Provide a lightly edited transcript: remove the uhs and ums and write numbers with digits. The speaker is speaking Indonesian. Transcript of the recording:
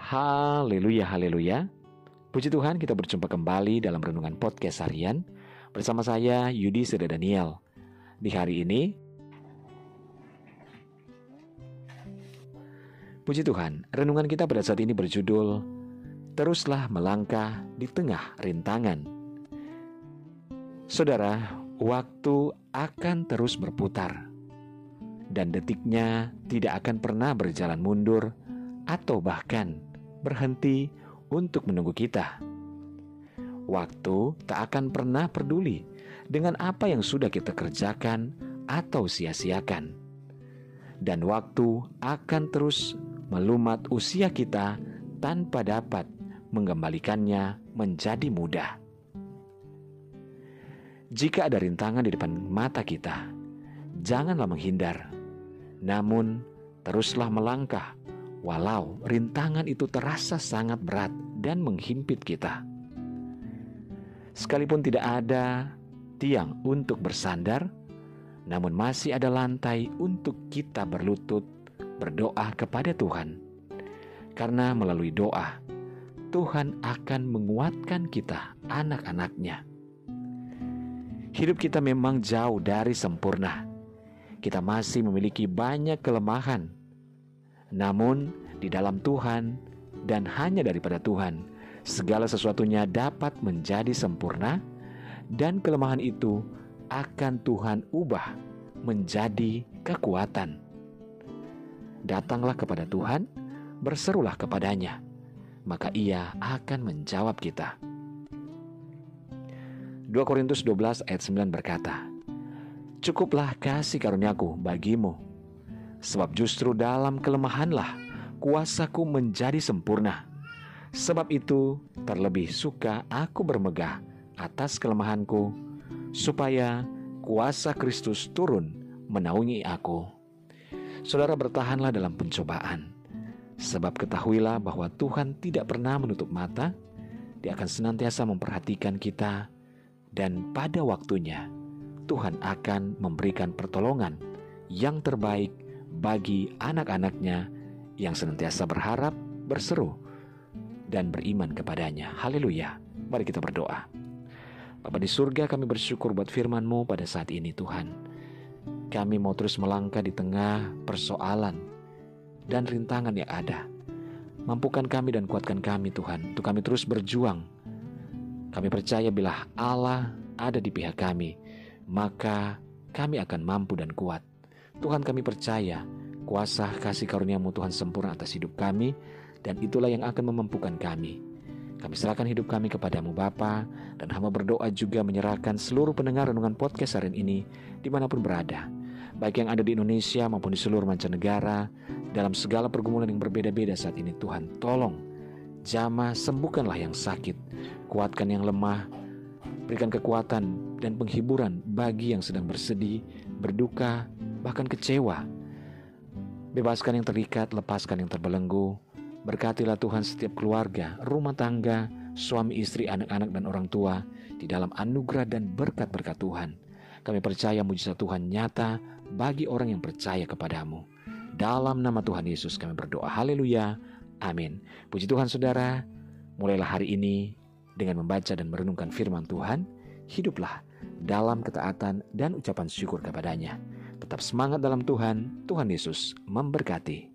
Haleluya, haleluya. Puji Tuhan, kita berjumpa kembali dalam Renungan Podcast Harian bersama saya, Yudi Seda Daniel. Di hari ini, puji Tuhan, renungan kita pada saat ini berjudul Teruslah Melangkah di Tengah Rintangan. Saudara, waktu akan terus berputar dan detiknya tidak akan pernah berjalan mundur atau bahkan berhenti untuk menunggu kita. Waktu tak akan pernah peduli dengan apa yang sudah kita kerjakan atau sia-siakan. Dan waktu akan terus melumat usia kita tanpa dapat mengembalikannya menjadi muda. Jika ada rintangan di depan mata kita, janganlah menghindar, namun teruslah melangkah walau rintangan itu terasa sangat berat dan menghimpit kita. Sekalipun tidak ada tiang untuk bersandar, namun masih ada lantai untuk kita berlutut berdoa kepada Tuhan. Karena melalui doa, Tuhan akan menguatkan kita, anak-anaknya. Hidup kita memang jauh dari sempurna. Kita masih memiliki banyak kelemahan. Namun di dalam Tuhan dan hanya daripada Tuhan, segala sesuatunya dapat menjadi sempurna, dan kelemahan itu akan Tuhan ubah menjadi kekuatan. Datanglah kepada Tuhan, berserulah kepadanya, maka Ia akan menjawab kita. 2 Korintus 12 ayat 9 berkata, "Cukuplah kasih karuniaku bagimu, sebab justru dalam kelemahanlah kuasaku menjadi sempurna. Sebab itu terlebih suka aku bermegah atas kelemahanku, supaya kuasa Kristus turun menaungi aku." Saudara, bertahanlah dalam pencobaan, sebab ketahuilah bahwa Tuhan tidak pernah menutup mata. Dia akan senantiasa memperhatikan kita, dan pada waktunya Tuhan akan memberikan pertolongan yang terbaik bagi anak-anaknya yang senantiasa berharap, berseru, dan beriman kepadanya. Haleluya. Mari kita berdoa. Bapa di surga, kami bersyukur buat firman-Mu pada saat ini Tuhan. Kami mau terus melangkah di tengah persoalan dan rintangan yang ada. Mampukan kami dan kuatkan kami Tuhan, untuk kami terus berjuang. Kami percaya bila Allah ada di pihak kami, maka kami akan mampu dan kuat. Tuhan, kami percaya kuasa kasih karunia-Mu Tuhan sempurna atas hidup kami, dan itulah yang akan memampukan kami. Kami serahkan hidup kami kepadamu Bapa, dan hamba berdoa juga menyerahkan seluruh pendengar renungan podcast hari ini dimanapun berada, baik yang ada di Indonesia maupun di seluruh mancanegara, dalam segala pergumulan yang berbeda-beda saat ini. Tuhan, tolong jamah, sembuhkanlah yang sakit, kuatkan yang lemah, berikan kekuatan dan penghiburan bagi yang sedang bersedih, berduka, bahkan kecewa. Bebaskan yang terikat, lepaskan yang terbelenggu. Berkatilah Tuhan setiap keluarga, rumah tangga, suami, istri, anak-anak, dan orang tua di dalam anugerah dan berkat-berkat Tuhan. Kami percaya mujizat Tuhan nyata bagi orang yang percaya kepadamu. Dalam nama Tuhan Yesus kami berdoa. Haleluya. Amin. Puji Tuhan saudara, mulailah hari ini dengan membaca dan merenungkan firman Tuhan. Hiduplah dalam ketaatan dan ucapan syukur kepadanya. Tetap semangat dalam Tuhan. Tuhan Yesus memberkati.